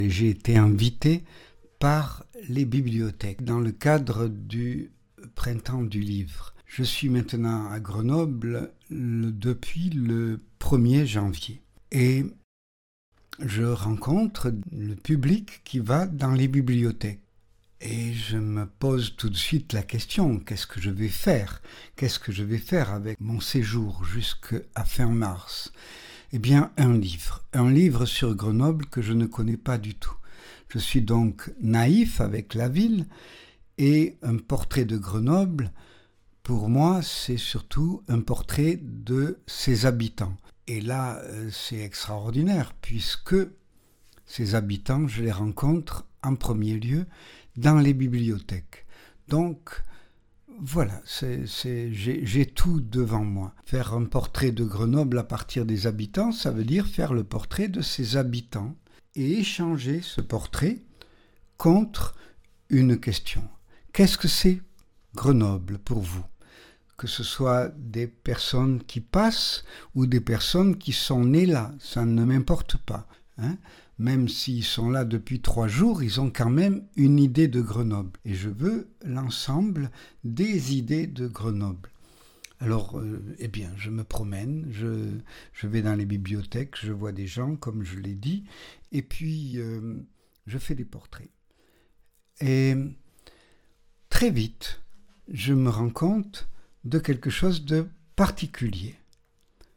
J'ai été invité par les bibliothèques dans le cadre du Printemps du livre. Je suis maintenant à Grenoble depuis le 1er janvier et je rencontre le public qui va dans les bibliothèques. Et je me pose tout de suite la question, qu'est-ce que je vais faire ? Qu'est-ce que je vais faire avec mon séjour jusqu'à fin mars ? Eh bien, un livre sur Grenoble que je ne connais pas du tout. Je suis donc naïf avec la ville et un portrait de Grenoble, pour moi, c'est surtout un portrait de ses habitants. Et là, c'est extraordinaire puisque ces habitants, je les rencontre en premier lieu dans les bibliothèques. Donc, voilà, j'ai tout devant moi. Faire un portrait de Grenoble à partir des habitants, ça veut dire faire le portrait de ses habitants et échanger ce portrait contre une question. Qu'est-ce que c'est Grenoble pour vous ? Que ce soit des personnes qui passent ou des personnes qui sont nées là, ça ne m'importe pas. Même s'ils sont là depuis 3 jours, ils ont quand même une idée de Grenoble. Et je veux l'ensemble des idées de Grenoble. Alors, je me promène, je vais dans les bibliothèques, je vois des gens, comme je l'ai dit, et puis je fais des portraits. Et très vite, je me rends compte de quelque chose de particulier.